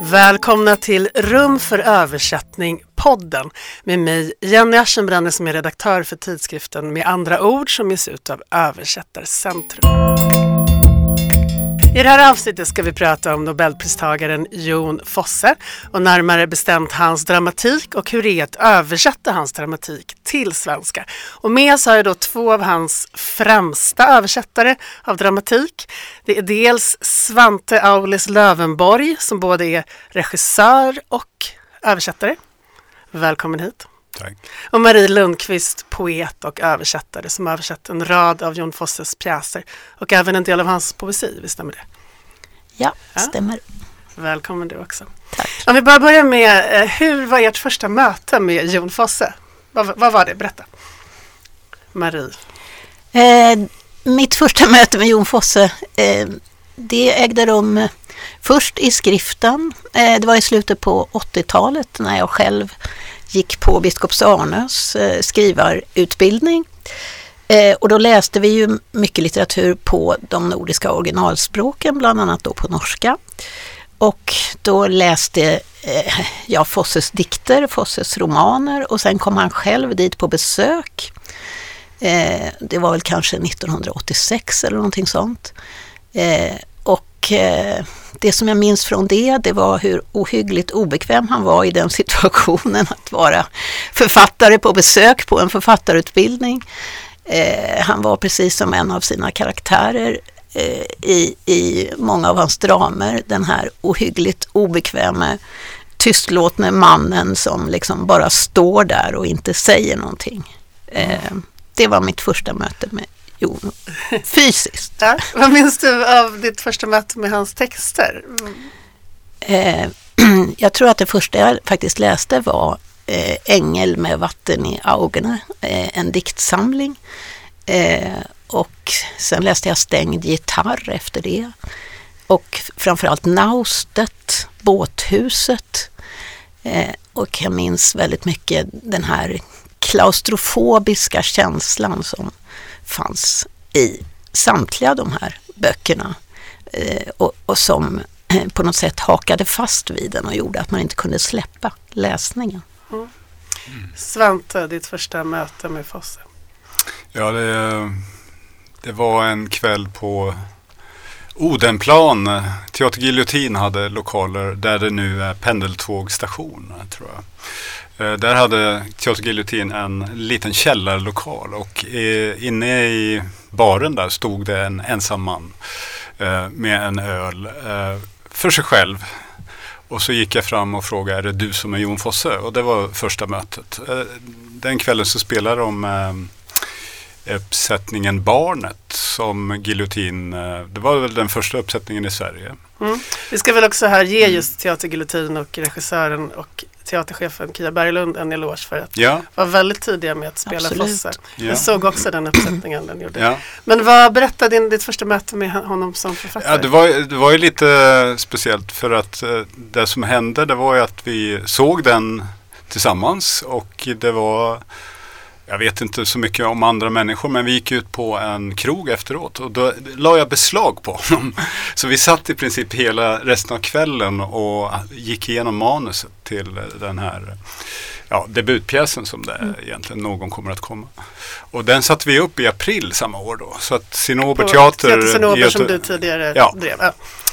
Välkomna till Rum för översättning-podden med mig Jenny Aschenbrenner som är redaktör för tidskriften Med andra ord som ges ut av Översättarcentrum. I det här avsnittet ska vi prata om Nobelpristagaren Jon Fosse och närmare bestämt hans dramatik och hur det är att översätta hans dramatik till svenska. Och med oss har jag då två av hans främsta översättare av dramatik. Det är dels Svante Aulis Lövenborg som både är regissör och översättare. Välkommen hit. Tack. Och Marie Lundqvist, poet och översättare som översatt en rad av Jon Fosses pjäser och även en del av hans poesi, visst stämmer det? Ja, stämmer. Välkommen du också. Tack. Om vi bara börjar med, hur var ert första möte med Jon Fosse? Vad var det? Berätta. Marie. Mitt första möte med Jon Fosse, det ägde rum först i skriften. Det var i slutet på 80-talet när jag själv gick på Biskops Arnös skrivarutbildning. Och då läste vi ju mycket litteratur på de nordiska originalspråken, bland annat då på norska. Och då läste jag Fosses dikter, Fosses romaner och sen kom han själv dit på besök. Det var väl kanske 1986 eller någonting sånt. Och det som jag minns från det var hur ohyggligt obekväm han var i den situationen att vara författare på besök på en författarutbildning. Han var precis som en av sina karaktärer i många av hans dramer, den här ohyggligt obekväma tystlåtne mannen som liksom bara står där och inte säger någonting. Det var mitt första möte med Jon, fysiskt. Ja, vad minns du av ditt första möte med hans texter? Jag tror att det första jag faktiskt läste var Ängel med vatten i ögonen, en diktsamling. Och sen läste jag Stängd gitarr efter det. Och framförallt Naustet, Båthuset. Och jag minns väldigt mycket den här klaustrofobiska känslan som fanns i samtliga de här böckerna. Och som på något sätt hakade fast vid den och gjorde att man inte kunde släppa läsningen. Mm. Svante, ditt första möte med Fosse? Ja, det var en kväll på Odenplan. Teater Giljotin hade lokaler där det nu är pendeltågstation, tror jag. Där hade Teater Giljotin en liten källarlokal och inne i baren där stod det en ensam man med en öl för sig själv. Och så gick jag fram och frågade, är det du som är Jon Fosse? Och det var första mötet. Den kvällen så spelade de uppsättningen Barnet som Giljotin, det var väl den första uppsättningen i Sverige. Mm. Vi ska väl också här ge just Teater Giljotin och regissören och teaterchefen Kia Berglund en eloge för att vara väldigt tidiga med att spela Fosse. Jag såg också den uppsättningen den gjorde. Ja. Men vad berättade ditt första möte med honom som författare? Ja, det var ju lite speciellt för att det som hände, det var ju att vi såg den tillsammans och det var, jag vet inte så mycket om andra människor, men vi gick ut på en krog efteråt och då la jag beslag på honom. Så vi satt i princip hela resten av kvällen och gick igenom manuset till den här debutpjäsen som det egentligen någon kommer att komma. Och den satte vi upp i april samma år då. Så att Cinnober teater... Teater Cinnober som du tidigare drev. Ja.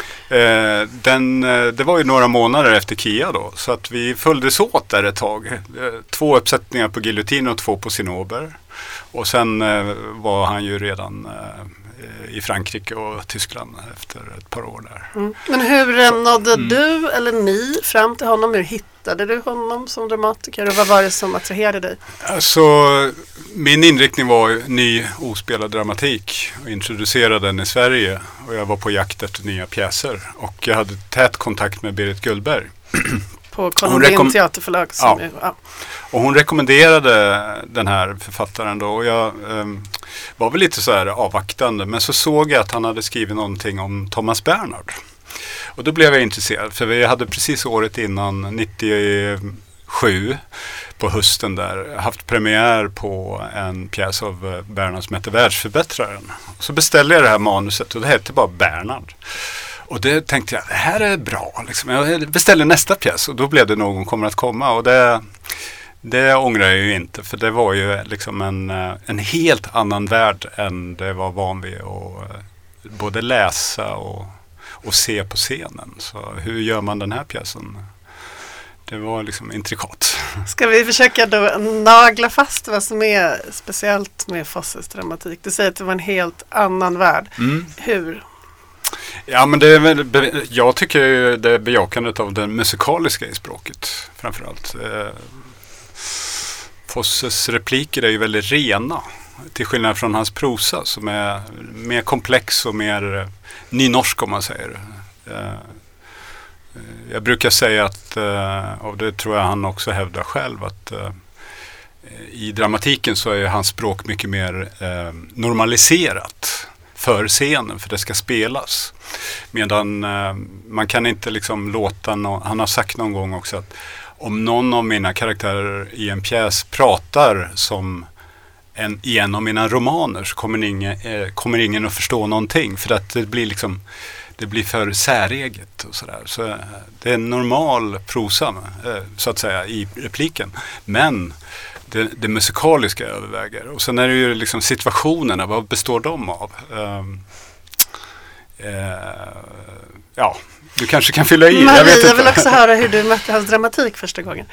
Det var ju några månader efter Kia då, så att vi följdes åt där ett tag. 2 uppsättningar på Giljotin och 2 på Cinnober. Och sen var han ju redan i Frankrike och Tyskland efter ett par år där. Mm. Men hur nådde du eller ni fram till honom? Hur hittade du honom som dramatiker och vad var det som attraherade dig? Alltså, min inriktning var ny ospelad dramatik och introducerade den i Sverige. Och jag var på jakt efter nya pjäser och jag hade tät kontakt med Berit Gullberg. På Columbin teaterförlag. Och hon rekommenderade den här författaren då och jag var väl lite så här avvaktande, men så såg jag att han hade skrivit någonting om Thomas Bernhard. Och då blev jag intresserad för vi hade precis året innan 97 på hösten där haft premiär på en pjäs av Bernhard som heter Världsförbättraren. Så beställde jag det här manuset och det hette bara Bernhard. Och det tänkte jag, det här är bra. Liksom. Jag beställer nästa pjäs och då blev det Någon kommer att komma. Och det ångrar jag ju inte, för det var ju liksom en helt annan värld än det var van vid att både läsa och se på scenen. Så hur gör man den här pjäsen? Det var liksom intrikat. Ska vi försöka då nagla fast vad som är speciellt med Fosses dramatik? Du säger att det var en helt annan värld. Hur? Ja, men det är väl, jag tycker ju det är bejakandet av det musikaliska i språket framförallt. Fosses repliker är ju väldigt rena, till skillnad från hans prosa som är mer komplex och mer nynorsk, om man säger. Jag brukar säga att, och det tror jag han också hävdar själv, att i dramatiken så är hans språk mycket mer normaliserat för scenen, för det ska spelas. Medan man kan inte liksom låta han har sagt någon gång också att om någon av mina karaktärer i en pjäs pratar som i en av mina romaner, så kommer ingen att förstå någonting, för att det blir för säreget och sådär. Så det är en normal prosa så att säga i repliken. Men det musikaliska överväger. Och sen är det ju liksom situationerna, vad består de av? Ja, du kanske kan fylla i. Marie, jag vill också höra hur du mötte hans dramatik första gången.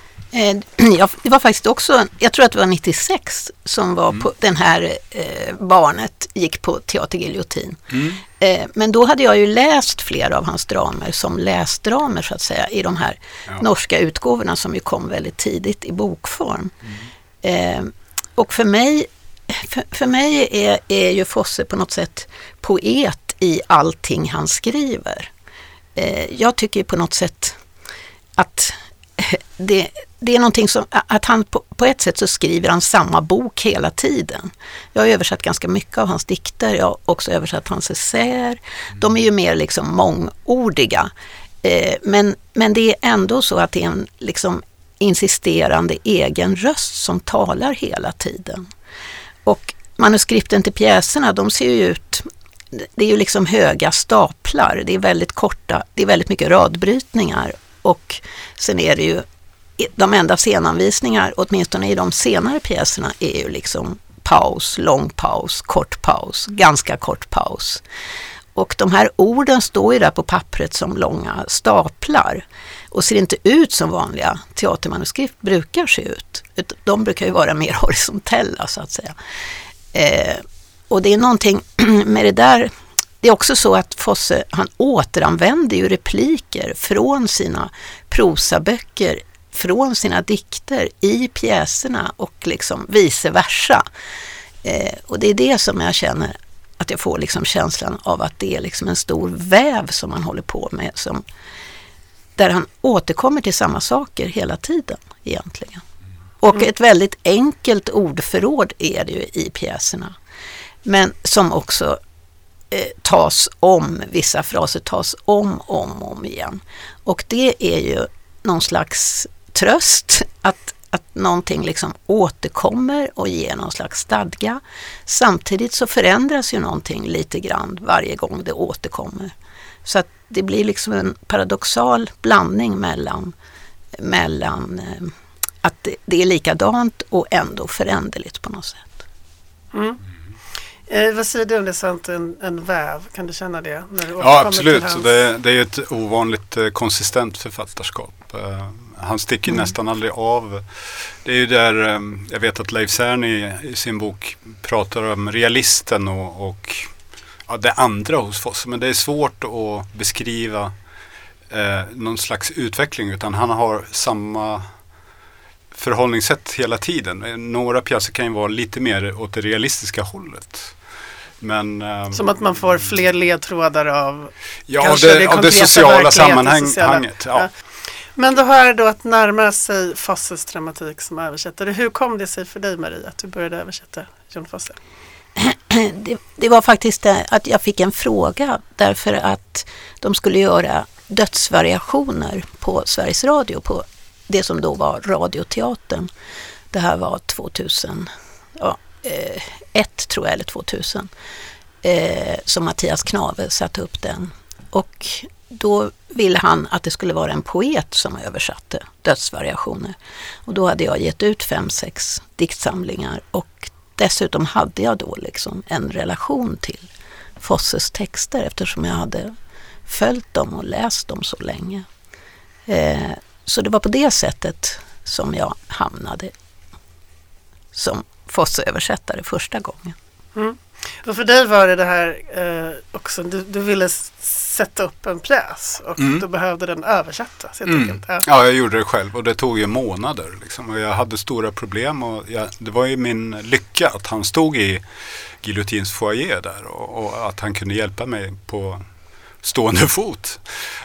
Det var faktiskt också, jag tror att det var 96 som var på den här barnet gick på Teater Giljotin. Men då hade jag ju läst flera av hans dramer som läsdramer så att säga i de här norska utgåvorna som ju kom väldigt tidigt i bokform. Och för mig är ju Fosse på något sätt poet i allting han skriver. Jag tycker på något sätt att det är någonting som att han på ett sätt så skriver han samma bok hela tiden. Jag har översatt ganska mycket av hans dikter. Jag har också översatt hans essäer. De är ju mer liksom mångordiga. Men det är ändå så att det är en liksom insisterande egen röst som talar hela tiden. Och manuskripten till pjäserna, de ser ju ut, det är ju liksom höga staplar. Det är väldigt korta, det är väldigt mycket radbrytningar. Och sen är det ju de enda scenanvisningar, åtminstone i de senare pjäserna, är ju liksom paus, lång paus, kort paus, ganska kort paus. Och de här orden står ju där på pappret som långa staplar och ser inte ut som vanliga teatermanuskript brukar se ut. De brukar ju vara mer horisontella så att säga. Och det är någonting med det där. Det är också så att Fosse, han återanvänder ju repliker från sina prosaböcker, från sina dikter i pjäserna och liksom vice versa. Och det är det som jag känner att jag får liksom känslan av att det är liksom en stor väv som man håller på med, där han återkommer till samma saker hela tiden egentligen. Och ett väldigt enkelt ordförråd är det ju i pjäserna. Men som också tas om, vissa fraser tas om igen. Och det är ju någon slags tröst att någonting liksom återkommer och ger någon slags stadga. Samtidigt så förändras ju någonting lite grann varje gång det återkommer. Så att det blir liksom en paradoxal blandning mellan att det är likadant och ändå föränderligt på något sätt. Vad säger du om det är sant en väv? Kan du känna det? När du ja, absolut. Hans... Det är ju ett ovanligt konsistent författarskap. Han sticker nästan aldrig av. Det är ju där, jag vet att Leif Cerny i sin bok pratar om realisten och det andra hos Fosse. Men det är svårt att beskriva någon slags utveckling, utan han har samma förhållningssätt hela tiden. Några pjäser kan ju vara lite mer åt det realistiska hållet. Men, som att man får fler ledtrådar av det sociala sammanhanget. Ja. Men då har jag då att närma sig Fosses dramatik som översättare. Hur kom det sig för dig, Marie, att du började översätta Jon Fosse? Det var faktiskt det att jag fick en fråga därför att de skulle göra dödsvariationer på Sveriges Radio, på det som då var Radioteatern. Det här var 2001 tror jag, eller 2000, som Mattias Knave satte upp den. Och då ville han att det skulle vara en poet som översatte dödsvariationer. Och då hade jag gett ut 5-6 diktsamlingar och dessutom hade jag då liksom en relation till Fosses texter eftersom jag hade följt dem och läst dem så länge. Så det var på det sättet som jag hamnade som Fosse-översättare första gången. Mm. Och för dig var det här också, du ville sätta upp en pjäs och då behövde den översättas helt enkelt. Ja, jag gjorde det själv och det tog ju månader liksom. Och jag hade stora problem och det var ju min lycka att han stod i Guillotins foyer där och att han kunde hjälpa mig på stående fot.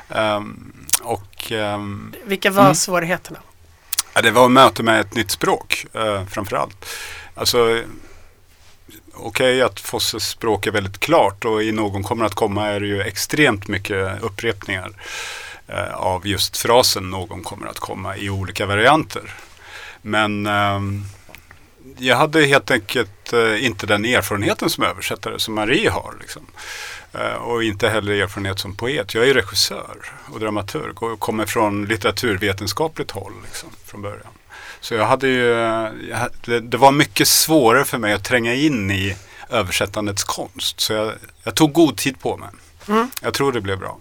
Vilka var svårigheterna? Ja, det var att möta med ett nytt språk framförallt. Alltså okej att Fosses språk är väldigt klart och i Någon kommer att komma är det ju extremt mycket upprepningar av just frasen Någon kommer att komma i olika varianter. Men jag hade helt enkelt inte den erfarenheten som översättare som Marie har liksom. Och inte heller erfarenhet som poet. Jag är regissör och dramaturg och kommer från litteraturvetenskapligt håll liksom, från början. Så jag hade ju, det var mycket svårare för mig att tränga in i översättandets konst. Så jag tog god tid på mig. Jag tror det blev bra.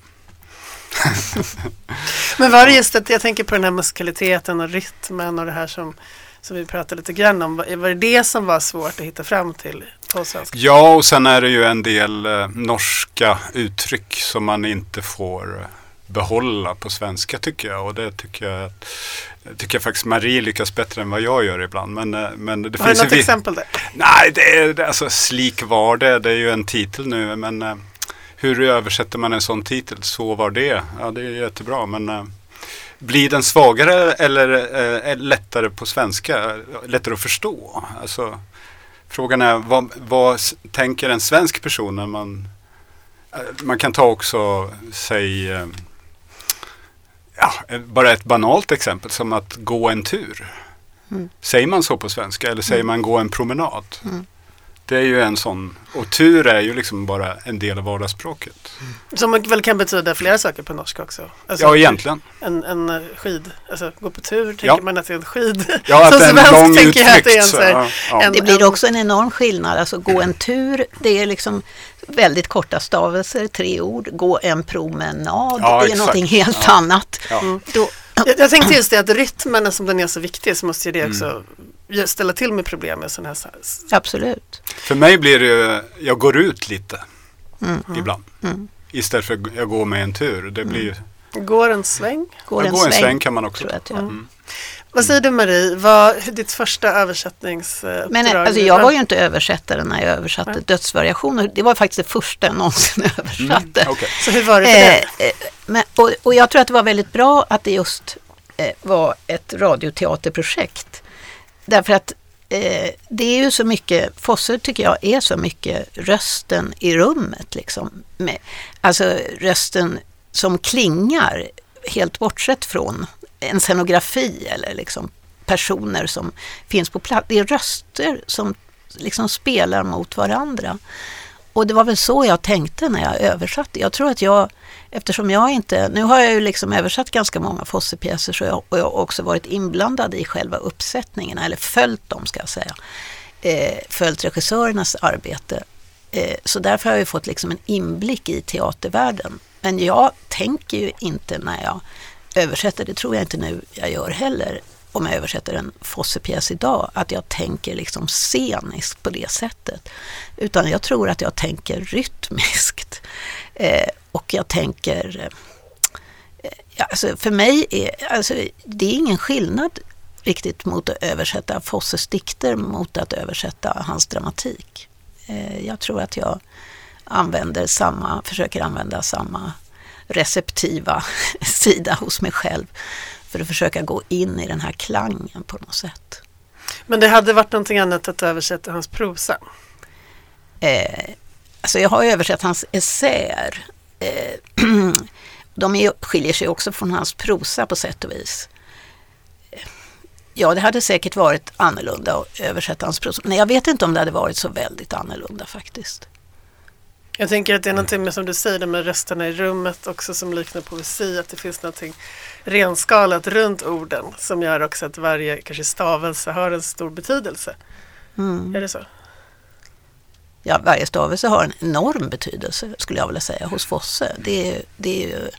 Men var det just att jag tänker på den här musikaliteten och rytmen och det här som vi pratade lite grann om. Var det som var svårt att hitta fram till på svenska? Ja, och sen är det ju en del norska uttryck som man inte får behålla på svenska tycker jag. Och det tycker jag faktiskt Marie lyckas bättre än vad jag gör ibland. Men det har finns du något exempel där? Nej, det är alltså Slik var det. Det är ju en titel nu. Men hur översätter man en sån titel? Så var det. Ja, det är jättebra. Men blir den svagare eller lättare på svenska? Lättare att förstå? Alltså, frågan är vad tänker en svensk person när man kan ta också säg bara ett banalt exempel som att gå en tur. Säger man så på svenska eller säger man gå en promenad? Det är ju en sån, och tur är ju liksom bara en del av vardagsspråket. Som väl kan betyda flera saker på norska också. Alltså, ja, egentligen. En skid, alltså gå på tur tänker man att det är en skid. Ja, att det är en lång utflykt. Det blir också en enorm skillnad. Alltså gå en tur, det är liksom väldigt korta stavelser, 3 ord. Gå en promenad, det är någonting helt annat. Ja. Jag tänkte just det att rytmen som den är så viktig så måste ju det också ställa till med problem med sådana här. Absolut. För mig blir det jag går ut lite ibland. Istället för att jag går med en tur. Det blir går en sväng? Går en sväng kan man också. Vad säger du Marie? Vad ditt första översättningsuppdrag? Men alltså, jag var ju inte översättare när jag översatte dödsvariationer. Det var faktiskt det första jag någonsin översatte. Okay. Så hur var det för det? Och jag tror att det var väldigt bra att det just var ett radioteaterprojekt. Därför att det är ju så mycket, Fosse tycker jag är så mycket rösten i rummet liksom. Alltså rösten som klingar helt bortsett från en scenografi eller liksom personer som finns på plats. Det är röster som liksom spelar mot varandra. Och det var väl så jag tänkte när jag översatte. Jag tror att eftersom jag inte, nu har jag ju liksom översatt ganska många Fosse-pjäser så jag har också varit inblandad i själva uppsättningarna, eller följt dem ska jag säga. Följt regissörernas arbete. Så därför har jag ju fått liksom en inblick i teatervärlden. Men jag tänker ju inte när jag översätter, det tror jag inte nu jag gör heller, om jag översätter en Fosse-pjäs idag, att jag tänker liksom sceniskt på det sättet. Utan jag tror att jag tänker rytmiskt. Och jag tänker alltså för mig det är ingen skillnad riktigt mot att översätta Fosses dikter mot att översätta hans dramatik. Jag tror att jag försöker använda samma receptiva sida hos mig själv för att försöka gå in i den här klangen på något sätt. Men det hade varit någonting annat att översätta hans prosa? Alltså jag har översatt hans essäer. De skiljer sig också från hans prosa på sätt och vis. Ja, det hade säkert varit annorlunda att översätta hans prosa. Men jag vet inte om det hade varit så väldigt annorlunda faktiskt. Jag tänker att det är någonting med, som du säger, med rösterna i rummet också som liknar poesi, att det finns någonting renskalat runt orden som gör också att varje kanske stavelse har en stor betydelse. Är det så? Ja, varje stavelse har en enorm betydelse, skulle jag vilja säga, hos Fosse. Det är ju...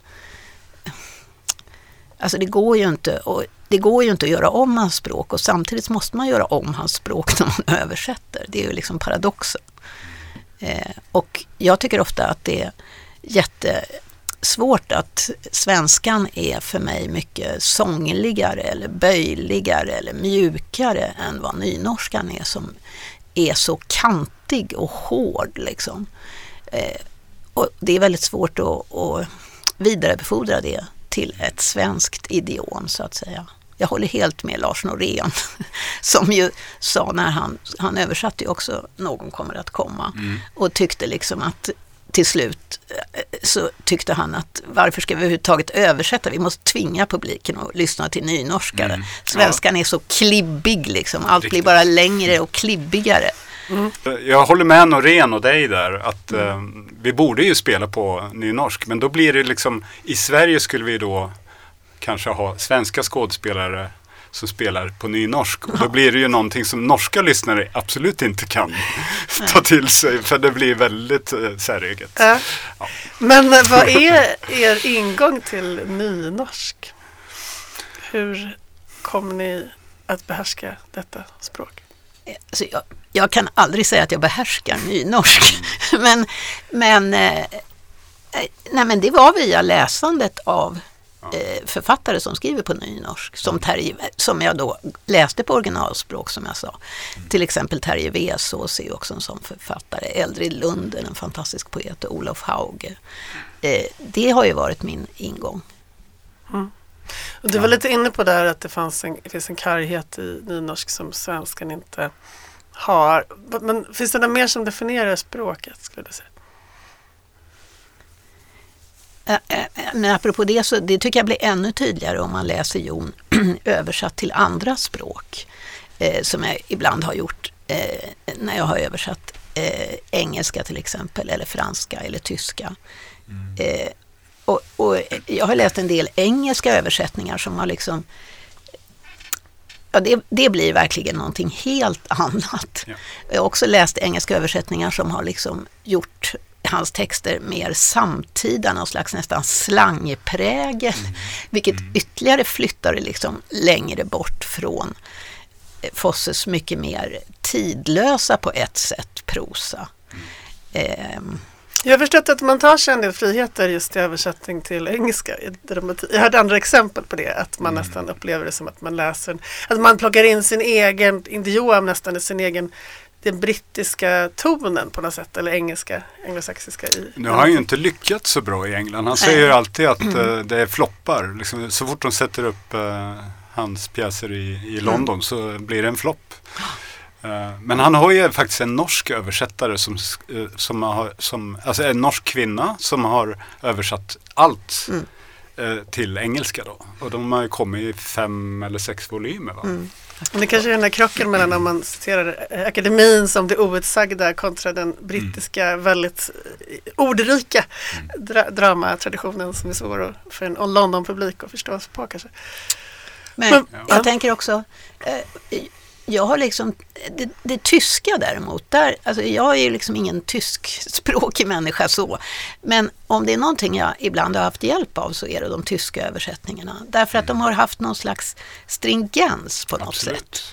Alltså det går ju inte att göra om hans språk, och samtidigt måste man göra om hans språk när man översätter. Det är ju liksom paradoxen. Och jag tycker ofta att det är jättesvårt att svenskan är för mig mycket sångligare eller böjligare eller mjukare än vad nynorskan är, som är så kantig och hård liksom. Och det är väldigt svårt att vidarebefordra det till ett svenskt idiom, så att säga. Jag håller helt med Lars Norén som ju sa, när han översatte ju också Någon kommer att komma, och tyckte liksom att till slut så tyckte han att varför ska vi överhuvudtaget översätta? Vi måste tvinga publiken att lyssna till nynorskare. Svenskan är så klibbig liksom. Allt blir bara längre och klibbigare. Jag håller med Norén och dig där att vi borde ju spela på nynorsk, men då blir det liksom, i Sverige skulle vi då kanske ha svenska skådespelare som spelar på nynorsk, och då blir det ju någonting som norska lyssnare absolut inte kan ta till sig, för det blir väldigt säreget. Ja. Men vad är er ingång till nynorsk? Hur kommer ni att behärska detta språk? Alltså jag kan aldrig säga att jag behärskar nynorsk, men det var via läsandet av författare som skriver på nynorsk, som jag då läste på originalspråk, som jag sa. Till exempel Terje Vesås är också en sån författare, Eldrid Lunden, en fantastisk poet, och Olof Hauge. Det har ju varit min ingång. Och du var lite inne på där att det finns en karghet i nynorsk som svenskan inte har. Men finns det något mer som definierar språket, skulle du säga? Men apropå det, så det tycker jag blir ännu tydligare om man läser Jon översatt till andra språk, som jag ibland har gjort när jag har översatt engelska till exempel, eller franska eller tyska. Och jag har läst en del engelska översättningar som har liksom, ja, det blir verkligen någonting helt annat. Ja. Jag har också läst engelska översättningar som har liksom gjort hans texter mer samtida, någon slags nästan slangprägel, vilket ytterligare flyttar det liksom längre bort från Fosses mycket mer tidlösa på ett sätt prosa. Jag har förstått att man tar sig en del friheter just i översättning till engelska. Jag hade andra exempel på det, att man nästan upplever det som att man läser, att man plockar in sin egen idiom, nästan i sin egen, den brittiska tonen på något sätt, eller anglosaxiska. Nu har han ju inte lyckats så bra i England. Han säger alltid att det är floppar. Liksom, så fort de sätter upp hans pjäser i London så blir det en flopp. Men han har ju faktiskt en norsk översättare alltså en norsk kvinna som har översatt allt till engelska då. Och de har ju kommit i 5 eller 6 volymer, va? Det kanske är den här krocken mellan, om man citerar akademin som det outsagda kontra den brittiska väldigt ordrika dramatraditionen som är svår för en London-publik att förstå sig på kanske. Men jag tänker också, jag har liksom det tyska däremot, alltså jag är ju liksom ingen tyskspråkig människa så, men om det är någonting jag ibland har haft hjälp av, så är det de tyska översättningarna, därför att de har haft någon slags stringens på något sätt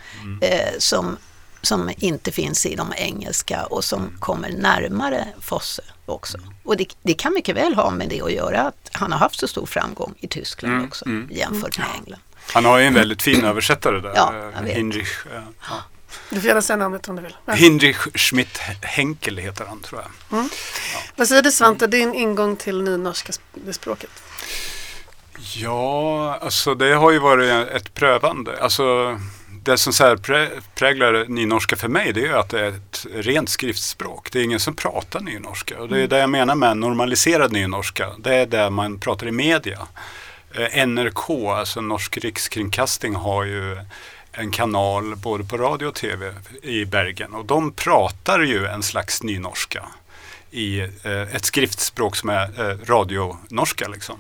som inte finns i de engelska, och som kommer närmare Fosse också. Och det kan mycket väl ha med det att göra, att han har haft så stor framgång i Tyskland också jämfört med England. Han har ju en väldigt fin översättare där. Ja, Hinrich. Du får gärna säga namnet om du vill. Hinrich Schmidt-Henkel heter han, tror jag. Vad säger du, Svante, din ingång till nynorska språket? Ja, alltså det har ju varit ett prövande. Alltså det som präglar nynorska för mig, det är ju att det är ett rent skriftspråk. Det är ingen som pratar nynorska. Och det är det jag menar med normaliserad nynorska. Det är det man pratar i media. NRK, alltså Norsk Rikskringkasting, har ju en kanal både på radio och tv i Bergen, och de pratar ju en slags nynorska i ett skriftspråk som är radionorska liksom.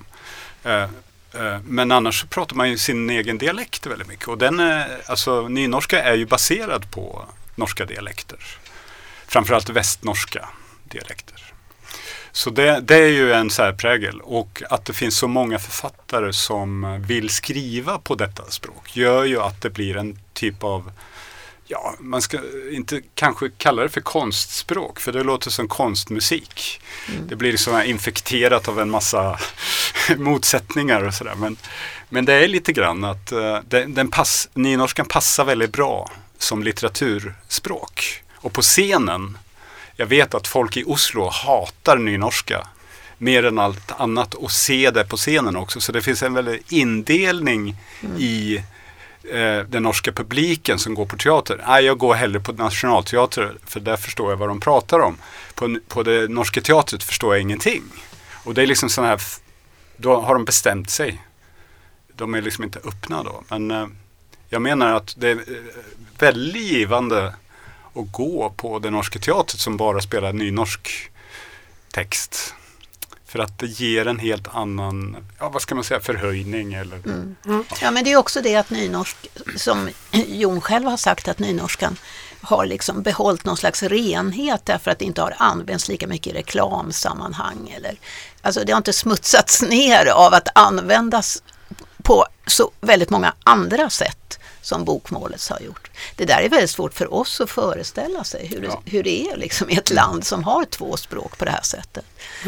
Men annars så pratar man ju sin egen dialekt väldigt mycket. Och alltså nynorska är ju baserad på norska dialekter. Framförallt västnorska dialekter. Så det är ju en särprägel. Och att det finns så många författare som vill skriva på detta språk gör ju att det blir en typ av, ja, man ska inte kanske kalla det för konstspråk, för det låter som konstmusik. Det blir liksom infekterat av en massa motsättningar och sådär. Men det är lite grann att nynorskan passar väldigt bra som litteraturspråk. Och på scenen, jag vet att folk i Oslo hatar nynorska mer än allt annat och ser det på scenen också. Så det finns en väldigt indelning i den norska publiken som går på teater. Jag går hellre på Nationalteater för där förstår jag vad de pratar om. På det norska teatret förstår jag ingenting. Och det är liksom sån här, då har de bestämt sig. De är liksom inte öppna då. Men jag menar att det är väldigt givande att gå på det norska teatret som bara spelar nynorsk text. För att det ger en helt annan, vad ska man säga, förhöjning. Eller, Ja, men det är också det att nynorsk, som Jon själv har sagt, att nynorskan har liksom behållit någon slags renhet därför att det inte har använts lika mycket i reklamsammanhang. Alltså det har inte smutsats ner av att användas på så väldigt många andra sätt som bokmålet har gjort. Det där är väldigt svårt för oss att föreställa sig hur det är liksom i ett land som har 2 språk på det här sättet.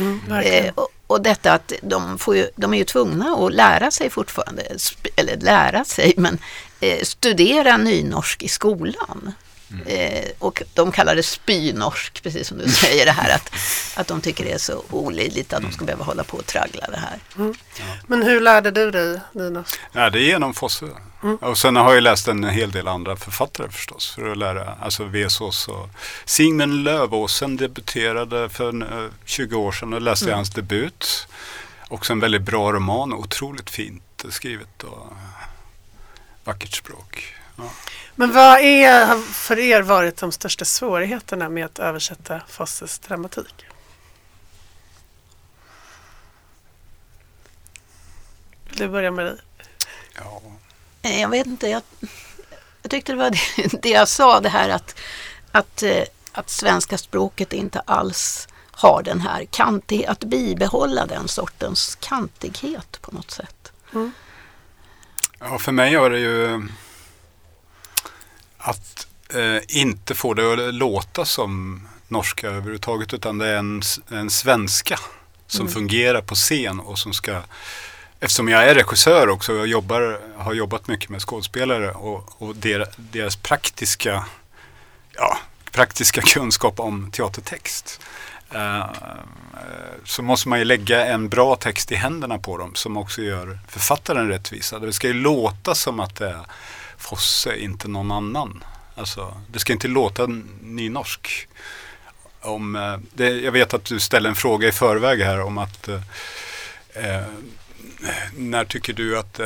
Och detta att de är ju tvungna att lära sig fortfarande, eller lära sig, men studera nynorsk i skolan. Och de kallar det spynorsk, precis som du säger, det här att de tycker det är så olidligt att de ska behöva hålla på och traggla det här. Men hur lärde du dig nynorsk? Ja, det är genom Fosse. Och sen har jag läst en hel del andra författare förstås för att lära, alltså Vesaas och Sigmund Lövåsen debuterade för 20 år sedan och läste hans debut. Också en väldigt bra roman, otroligt fint skrivet och vackert språk. Ja. Men vad är för er varit de största svårigheterna med att översätta Fosses dramatik? Vill du börja med dig? Ja. Jag vet inte, jag tyckte det var det jag sa, det här att svenska språket inte alls har den här att bibehålla den sortens kantighet på något sätt. Ja, för mig var det ju att inte få det att låta som norska överhuvudtaget, utan det är en svenska som fungerar på scen och som ska, eftersom jag är regissör också och har jobbat mycket med skådespelare och deras praktiska kunskap om teatertext, så måste man ju lägga en bra text i händerna på dem som också gör författaren rättvisa. Det ska ju låta som att det är Fosse, inte någon annan. Alltså, det ska inte låta nynorsk. Jag vet att du ställer en fråga i förväg här om att när tycker du att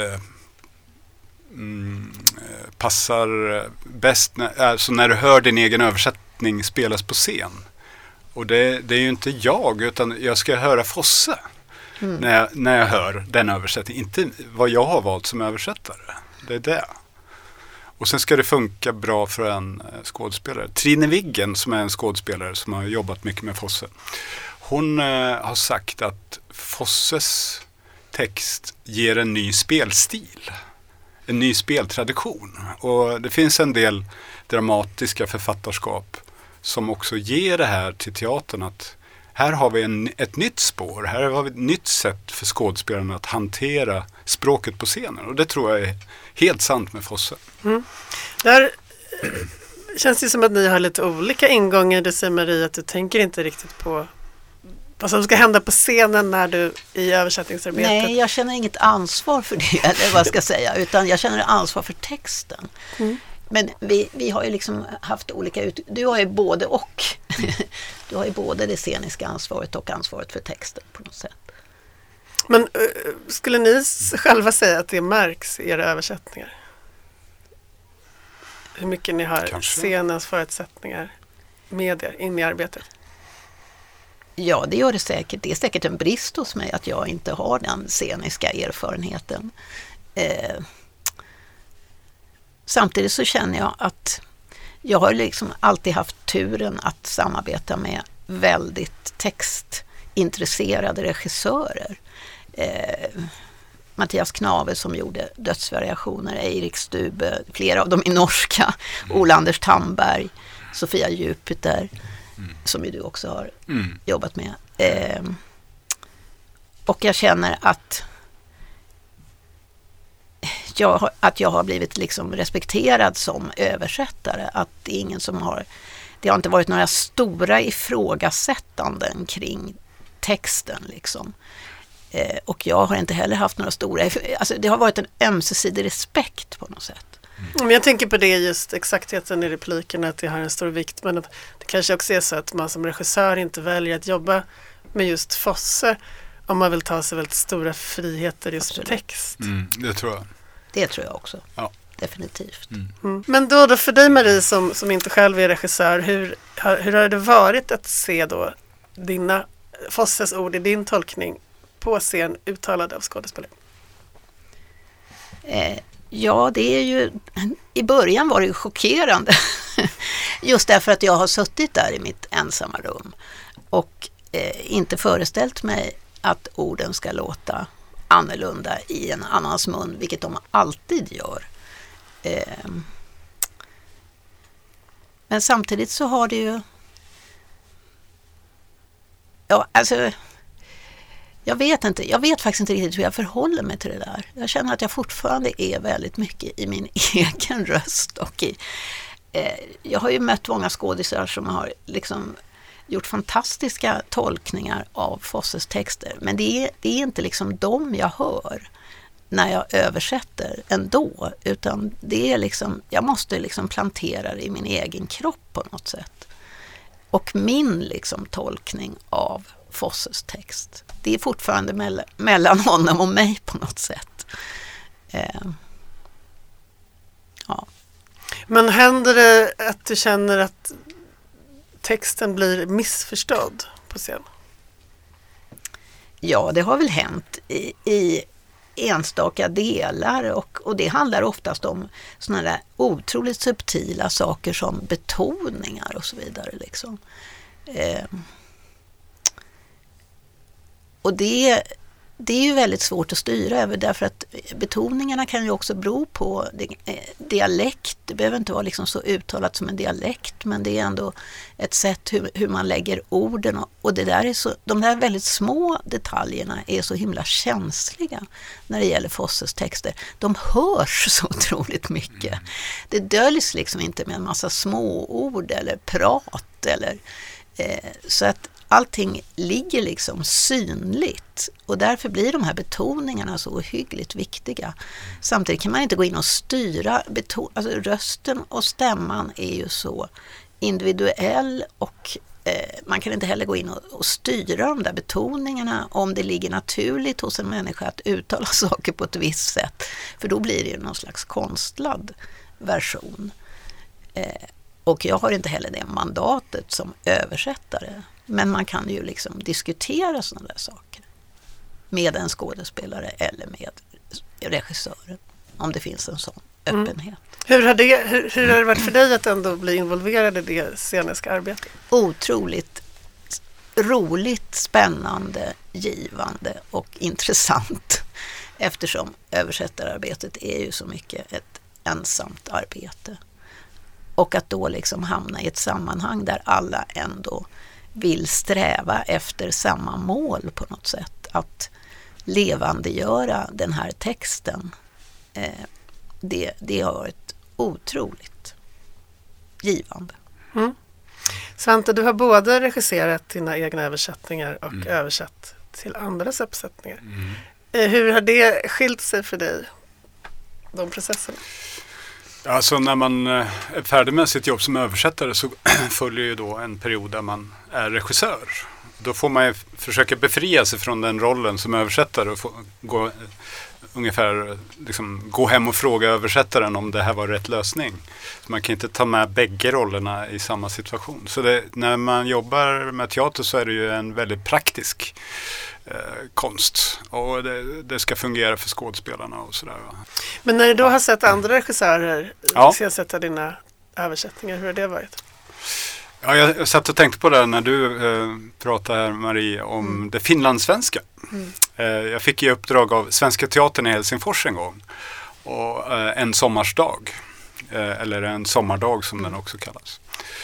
passar bäst när du hör din egen översättning spelas på scen. Och det är ju inte jag, utan jag ska höra Fosse när jag hör den översättningen. Inte vad jag har valt som översättare. Det är det. Och sen ska det funka bra för en skådespelare. Trine Wiggen, som är en skådespelare som har jobbat mycket med Fosse, hon har sagt att Fosses text ger en ny spelstil. En ny speltradition. Och det finns en del dramatiska författarskap som också ger det här till teatern, att här har vi ett nytt spår. Här har vi ett nytt sätt för skådespelarna att hantera språket på scenen. Och det tror jag är helt sant med Fosse. Där känns det som att ni har lite olika ingångar. Du säger, Marie, att du tänker inte riktigt på vad som ska hända på scenen när du i översättningsarbetet. Nej, jag känner inget ansvar för det, eller vad jag ska säga, utan jag känner ansvar för texten. Men vi har ju liksom haft olika du har ju både och. Du har ju både det sceniska ansvaret och ansvaret för texten på något sätt. Men skulle ni själva säga att det märks i era översättningar? Hur mycket ni har scenens förutsättningar med er in i arbetet? Ja, det gör det säkert. Det är säkert en brist hos mig att jag inte har den sceniska erfarenheten. Samtidigt så känner jag att jag har liksom alltid haft turen att samarbeta med väldigt textintresserade regissörer. Mattias Knave som gjorde Dödsvariationer, Eirik Stube, flera av dem är norska, Ola-Anders Tamberg, Sofia Jupiter, som ju du också har jobbat med. Och jag känner att jag har blivit liksom respekterad som översättare, att det är ingen som har, det har inte varit några stora ifrågasättanden kring texten liksom. Och jag har inte heller haft några stora, alltså det har varit en ömsesidig respekt på något sätt. Men jag tänker på det, just exaktheten i replikerna, att det har en stor vikt, men att det kanske också är så att man som regissör inte väljer att jobba med just Fosse om man vill ta sig väldigt stora friheter just på text. Det tror jag. Det tror jag också. Ja. Definitivt. Men då för dig, Marie, som inte själv är regissör, hur har det varit att se då Fosses ord i din tolkning på scen uttalade av skådespelare? Ja, det är ju, i början var det ju chockerande. Just därför att jag har suttit där i mitt ensamma rum och inte föreställt mig att orden ska låta annorlunda i en annans mun, vilket de alltid gör. Men samtidigt så har det ju, ja, alltså jag vet faktiskt inte riktigt hur jag förhåller mig till det där. Jag känner att jag fortfarande är väldigt mycket i min egen röst och jag har ju mött många skådespelare som har liksom gjort fantastiska tolkningar av Fosses texter, men det är inte liksom dem jag hör när jag översätter ändå, utan det är liksom, jag måste liksom plantera det i min egen kropp på något sätt. Och min liksom tolkning av Fosses text, det är fortfarande mellan honom och mig på något sätt. Ja. Men händer det att du känner att texten blir missförstådd på scen? Ja, det har väl hänt i enstaka delar och det handlar oftast om sådana där otroligt subtila saker som betoningar och så vidare liksom. Och det är ju väldigt svårt att styra över, därför att betoningarna kan ju också bero på dialekt. Det behöver inte vara liksom så uttalat som en dialekt, men det är ändå ett sätt hur man lägger orden, och det där är så, de där väldigt små detaljerna är så himla känsliga när det gäller Fosses texter. De hörs så otroligt mycket. Det döljs liksom inte med en massa småord eller prat eller så att allting ligger liksom synligt, och därför blir de här betoningarna så ohyggligt viktiga. Samtidigt kan man inte gå in och styra alltså rösten och stämman är ju så individuell, och man kan inte heller gå in och styra de där betoningarna om det ligger naturligt hos en människa att uttala saker på ett visst sätt, för då blir det ju någon slags konstlad version. Och jag har inte heller det mandatet som översättare. Men man kan ju liksom diskutera sådana där saker med en skådespelare eller med regissören, om det finns en sån öppenhet. Hur har det varit för dig att ändå bli involverad i det sceniska arbetet? Otroligt roligt, spännande, givande och intressant, eftersom översättararbetet är ju så mycket ett ensamt arbete. Och att då liksom hamna i ett sammanhang där alla ändå vill sträva efter samma mål på något sätt. Att levandegöra den här texten. Det har varit otroligt givande. Svante, du har både regisserat dina egna översättningar och översatt till andras uppsättningar. Hur har det skilt sig för dig, de processerna? Alltså när man är färdig med sitt jobb som översättare så följer ju då en period där man är regissör. Då får man ju försöka befria sig från den rollen som översättare och få gå ungefär liksom gå hem och fråga översättaren om det här var rätt lösning. Så man kan inte ta med bägge rollerna i samma situation. Så när man jobbar med teater så är det ju en väldigt praktisk konst. Och det ska fungera för skådespelarna och sådär. Men när du då har sett andra regissörer sätta dina översättningar, hur har det varit? Ja, jag satt och tänkte på det när du pratade här, Marie, om det finlandssvenska. Jag fick i uppdrag av Svenska teatern i Helsingfors en gång. Och en sommarsdag. Eller en sommardag som den också kallas.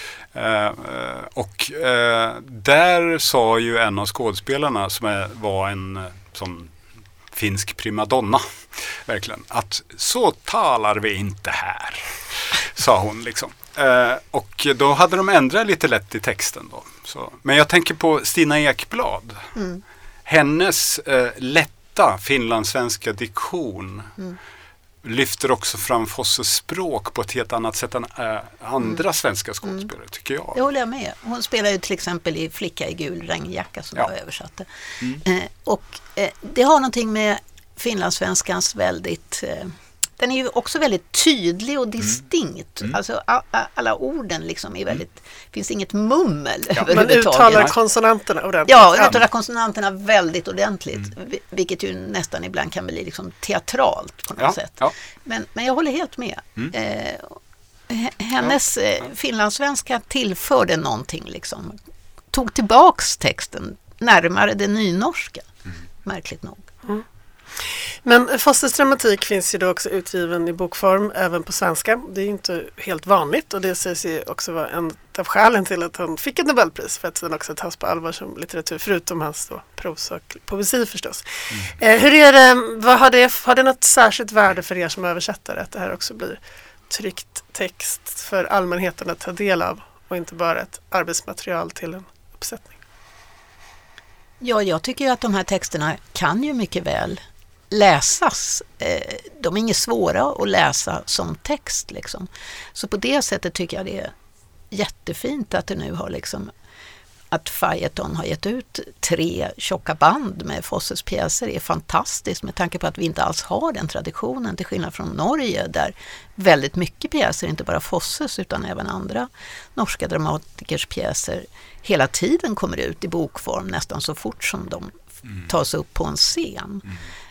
Och där sa ju en av skådespelarna som var en sån finsk primadonna, verkligen, att så talar vi inte här, sa hon liksom. Och då hade de ändrat lite lätt i texten då. Så. Men jag tänker på Stina Ekblad. Hennes lätta finlandssvenska diktion lyfter också fram Fosses språk på ett helt annat sätt än andra svenska skådespelare, tycker jag. Jag håller med. Hon spelar ju till exempel i Flicka i gul regnjacka som jag översatte. Det har någonting med finlandssvenskans väldigt... Den är ju också väldigt tydlig och distinkt. Alltså alla orden liksom är väldigt... finns inget mummel överhuvudtaget. Man uttalar konsonanterna ordentligt. Ja, uttalar konsonanterna väldigt ordentligt. Vilket ju nästan ibland kan bli liksom teatralt på något sätt. Ja. Men jag håller helt med. Hennes finlandssvenska tillförde någonting liksom. Tog tillbaks texten närmare det nynorska. Märkligt nog. Men Fosses dramatik finns ju då också utgiven i bokform även på svenska. Det är ju inte helt vanligt och det sägs ju också vara en av skälen till att han fick ett Nobelpris, för att den också tas på allvar som litteratur, förutom hans då prosa och poesi förstås. Hur är det, har det något särskilt värde för er som översättare att det här också blir tryckt text för allmänheten att ta del av och inte bara ett arbetsmaterial till en uppsättning? Ja, jag tycker ju att de här texterna kan ju mycket väl läsas. De är inget svåra att läsa som text liksom. Så på det sättet tycker jag det är jättefint att det nu har liksom, att Phaeton har gett ut 3 tjocka band med Fosses pjäser. Det är fantastiskt med tanke på att vi inte alls har den traditionen, till skillnad från Norge där väldigt mycket pjäser, inte bara Fosses utan även andra norska dramatikers pjäser hela tiden kommer ut i bokform nästan så fort som de tas upp på en scen.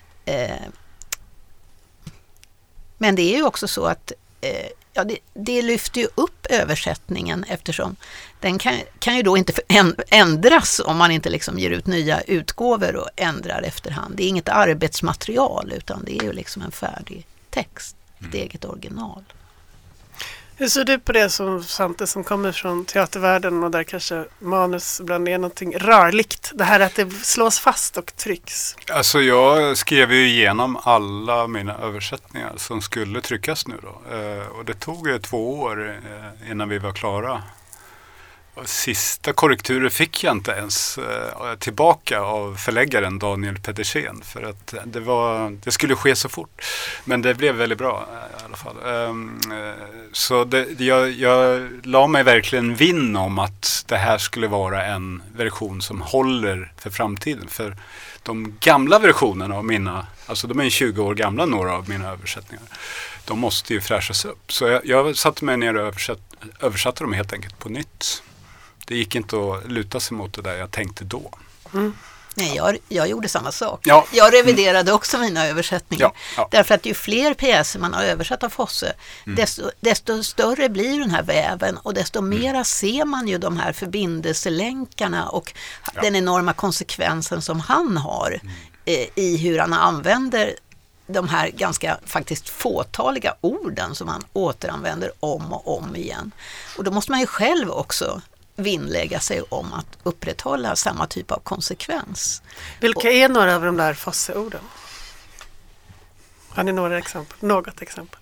Men det är ju också så att det lyfter ju upp översättningen, eftersom den kan ju då inte ändras om man inte liksom ger ut nya utgåvor och ändrar efterhand. Det är inget arbetsmaterial utan det är ju liksom en färdig text, ett eget original. Hur ser du på det som Svante som kommer från teatervärlden och där kanske manus ibland är någonting rörligt? Det här att det slås fast och trycks. Alltså jag skrev ju igenom alla mina översättningar som skulle tryckas nu då. Och det tog 2 år innan vi var klara. Och sista korrekturer fick jag inte ens tillbaka av förläggaren Daniel Pedersen, för att det skulle ske så fort. Men det blev väldigt bra i alla fall. Så jag la mig verkligen vinn om att det här skulle vara en version som håller för framtiden. För de gamla versionerna av mina, alltså de är 20 år gamla, några av mina översättningar, de måste ju fräschas upp. Så jag satte mig ner och översatte dem helt enkelt på nytt. Det gick inte att luta sig mot det där jag tänkte då. Nej, jag gjorde samma sak. Ja. Jag reviderade också mina översättningar. Ja. Därför att ju fler pjäser man har översatt av Fosse, desto större blir den här väven och desto mera ser man ju de här förbindelselänkarna och den enorma konsekvensen som han har i hur han använder de här ganska faktiskt fåtaliga orden som han återanvänder om och om igen. Och då måste man ju själv också vinnlägga sig om att upprätthålla samma typ av konsekvens. Vilka är några av de där Fosse-orden? Har ni något exempel?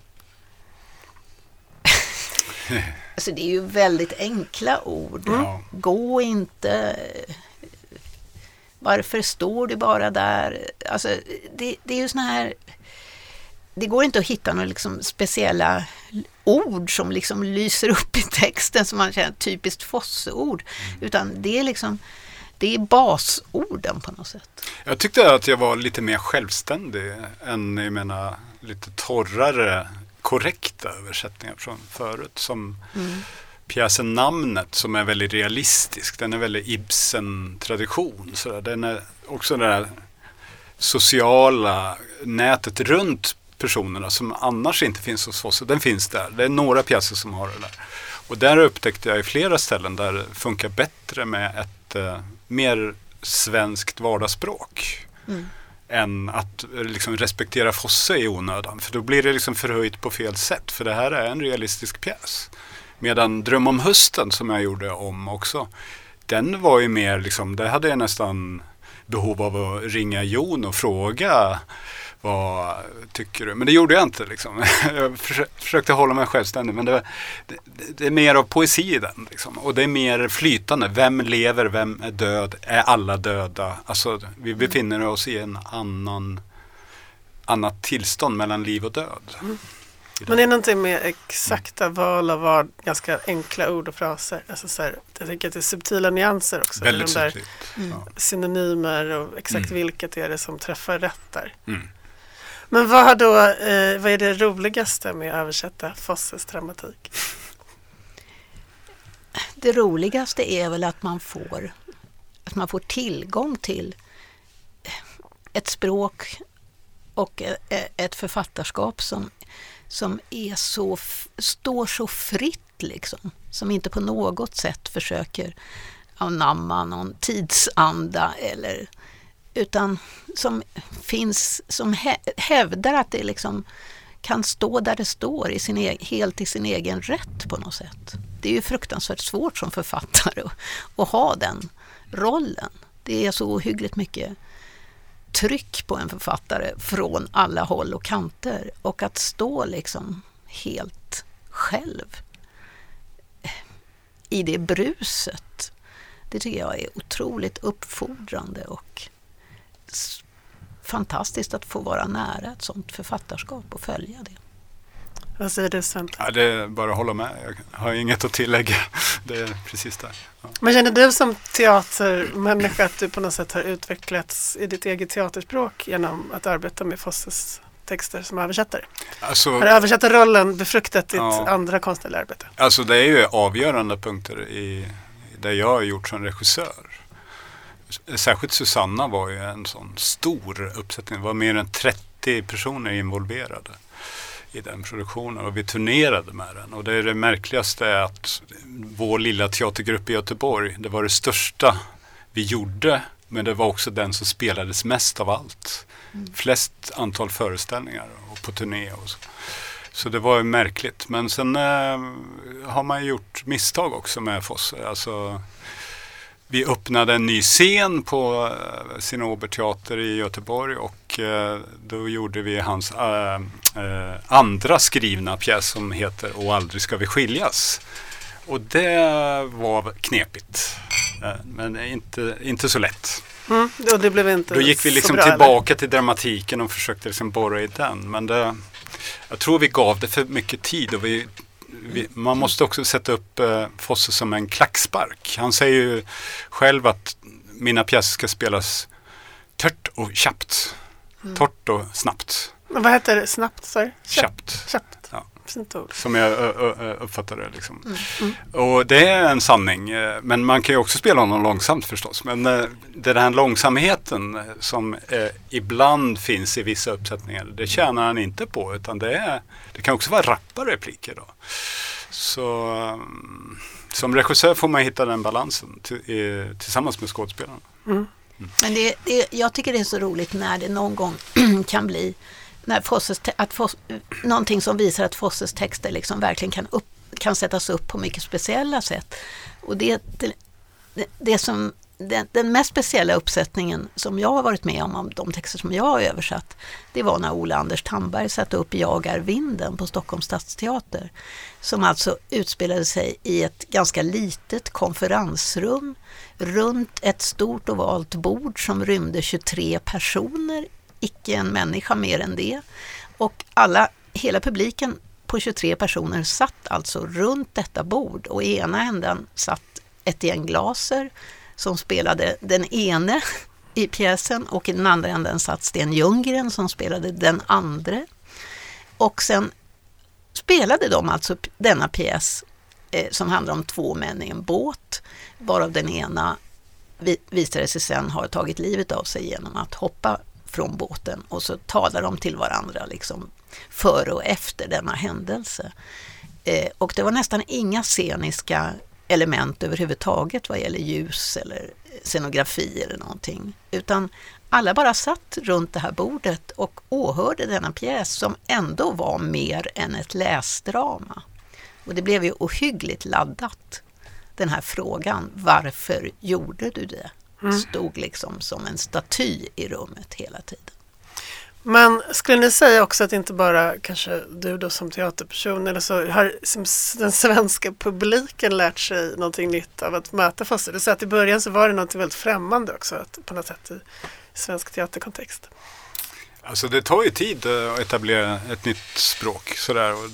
Alltså det är ju väldigt enkla ord. Gå inte. Varför står du bara där? Alltså det är ju såna här. Det går inte att hitta några liksom speciella ord som liksom lyser upp i texten som man känner typiskt Fosse-ord. Utan det är liksom det är basorden på något sätt. Jag tyckte att jag var lite mer självständig än, jag menar, lite torrare, korrekta översättningar från förut. Som pjäsen Namnet, som är väldigt realistisk. Den är väldigt Ibsen-tradition. Så den är också det där sociala nätet runt personerna som annars inte finns hos oss. Den finns där. Det är några pjäser som har det där. Och där upptäckte jag i flera ställen där det funkar bättre med ett mer svenskt vardagsspråk än att liksom respektera Fosse i onödan. För då blir det liksom förhöjt på fel sätt. För det här är en realistisk pjäs. Medan Dröm om hösten, som jag gjorde om också, den var ju mer liksom, det hade jag nästan behov av att ringa Jon och fråga vad tycker du? Men det gjorde jag inte liksom. Jag försökte hålla mig självständig, men det är mer av poesi i den liksom. Och det är mer flytande. Vem lever, vem är död? Är alla döda? Alltså vi befinner oss i en annat tillstånd mellan liv och död. Men det är någonting med exakta val av ganska enkla ord och fraser. Alltså så här, jag tänker att det är subtila nyanser också. Väldigt de där subtilt. synonymer och exakt vilket är det som träffar rätt där. Men vad är det roligaste med att översätta Fosses dramatik? Det roligaste är väl att man får tillgång till ett språk och ett författarskap som är står så fritt liksom, som inte på något sätt försöker anamma någon tidsanda utan som hävdar att det liksom kan stå där det står helt i sin egen rätt på något sätt. Det är ju fruktansvärt svårt som författare att ha den rollen. Det är så ohyggligt mycket tryck på en författare från alla håll och kanter, och att stå liksom helt själv i det bruset, det tycker jag är otroligt uppfordrande och fantastiskt att få vara nära ett sånt författarskap och följa det. Vad säger du, Sven? Ja, det är bara att hålla med. Jag har inget att tillägga. Det är precis där. Ja. Men känner du som teatermänniska att du på något sätt har utvecklats i ditt eget teaterspråk genom att arbeta med Fosses texter som översättare? Alltså, har översättarrollen befruktat ditt andra konstnärliga arbete? Alltså det är ju avgörande punkter i det jag har gjort som regissör. Särskilt Susanna var ju en sån stor uppsättning. Det var mer än 30 personer involverade i den produktionen, och vi turnerade med den. Och det märkligaste är att vår lilla teatergrupp i Göteborg, det var det största vi gjorde, men det var också den som spelades mest av allt. Flest antal föreställningar och på turné och så. Så det var ju märkligt. Men sen har man gjort misstag också med Fosse. Alltså, vi öppnade en ny scen på Cinnoberteater i Göteborg, och då gjorde vi hans andra skrivna pjäs som heter Och aldrig ska vi skiljas. Och det var knepigt, men inte så lätt. Och det blev inte. Då gick vi liksom tillbaka till dramatiken och försökte liksom borra i den. Men jag tror vi gav det för mycket tid, och man måste också sätta upp Fosse som en klackspark. Han säger ju själv att mina pjäser ska spelas tört och tjappt. Torrt och snabbt. Vad heter det? Snabbt, sorry? Tjappt. Ja. Fint ord. Som jag uppfattar det liksom. Och det är en sanning. Men man kan ju också spela honom långsamt förstås. Men den här långsamheten som ibland finns i vissa uppsättningar, det tjänar han inte på. Utan det kan också vara rappa repliker då. Så som regissör får man hitta den balansen tillsammans med skådespelarna. Men jag tycker det är så roligt när det någon gång kan bli någonting som visar att Fosses texter liksom verkligen kan sättas upp på mycket speciella sätt. Och den mest speciella uppsättningen som jag har varit med om de texter som jag har översatt, det var när Ola Anders Tandberg satte upp Jagar vinden på Stockholms stadsteater, som alltså utspelade sig i ett ganska litet konferensrum runt ett stort ovalt bord som rymde 23 personer, icke en människa mer än det. Och hela publiken på 23 personer satt alltså runt detta bord, och i ena änden satt ett gäng glaser, som spelade den ene i pjäsen och i den andra änden satt Sten Ljunggren som spelade den andra. Och sen spelade de alltså denna pjäs som handlar om 2 män i en båt, varav den ena visade sig sen har tagit livet av sig genom att hoppa från båten, och så talar de till varandra liksom före och efter denna händelse. Och det var nästan inga sceniska element överhuvudtaget vad gäller ljus eller scenografi eller någonting, utan alla bara satt runt det här bordet och åhörde denna pjäs som ändå var mer än ett läsdrama. Och det blev ju ohyggligt laddat, den här frågan, varför gjorde du det? Stod liksom som en staty i rummet hela tiden. Men skulle ni säga också att inte bara kanske du då som teaterperson eller så har den svenska publiken lärt sig någonting nytt av att möta Fosse? Du säger att i början så var det något väldigt främmande också att, på något sätt i svensk teaterkontext. Alltså det tar ju tid att etablera ett nytt språk sådär, och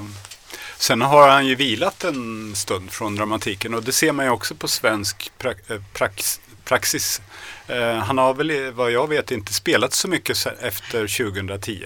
sen har han ju vilat en stund från dramatiken, och det ser man ju också på svensk praxis. Han har väl, vad jag vet, inte spelat så mycket efter 2010.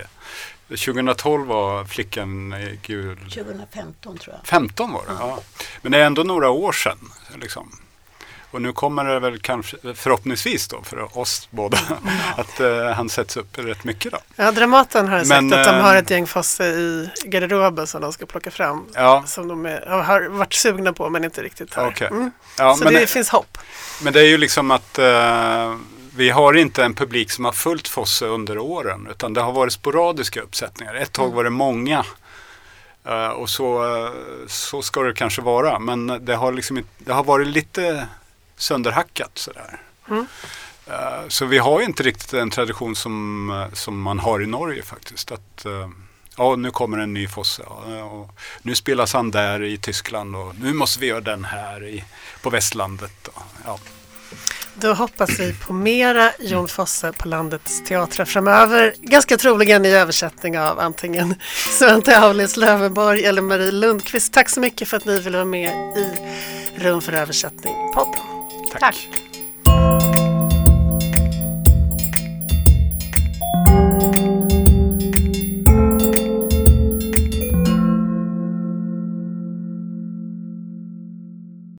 2012 var Flickan i gul. 2015 tror jag. 15 var det, ja. Men det är ändå några år sedan liksom. Och nu kommer det väl kanske, förhoppningsvis då, för oss båda, att han sätts upp rätt mycket då. Ja, Dramaten har sagt att de har ett gäng Fosse i garderoben som de ska plocka fram. Ja. Som de har varit sugna på men inte riktigt har. Okay. Ja, så men det finns hopp. Men det är ju liksom att vi har inte en publik som har följt Fosse under åren, utan det har varit sporadiska uppsättningar. Ett tag var det många. Och så ska det kanske vara. Men det har varit lite sönderhackat sådär. Så vi har ju inte riktigt en tradition som man har i Norge faktiskt. Att nu kommer en ny Fosse. Och nu spelas han där i Tyskland. Och nu måste vi göra den här på Västlandet. Ja. Då hoppas vi på mera Jon Fosse på landets teatrar framöver. Ganska troligen i översättning av antingen Svante Aulis Lövenborg eller Marie Lundqvist. Tack så mycket för att ni ville vara med i Rum för översättning-podden. Tack.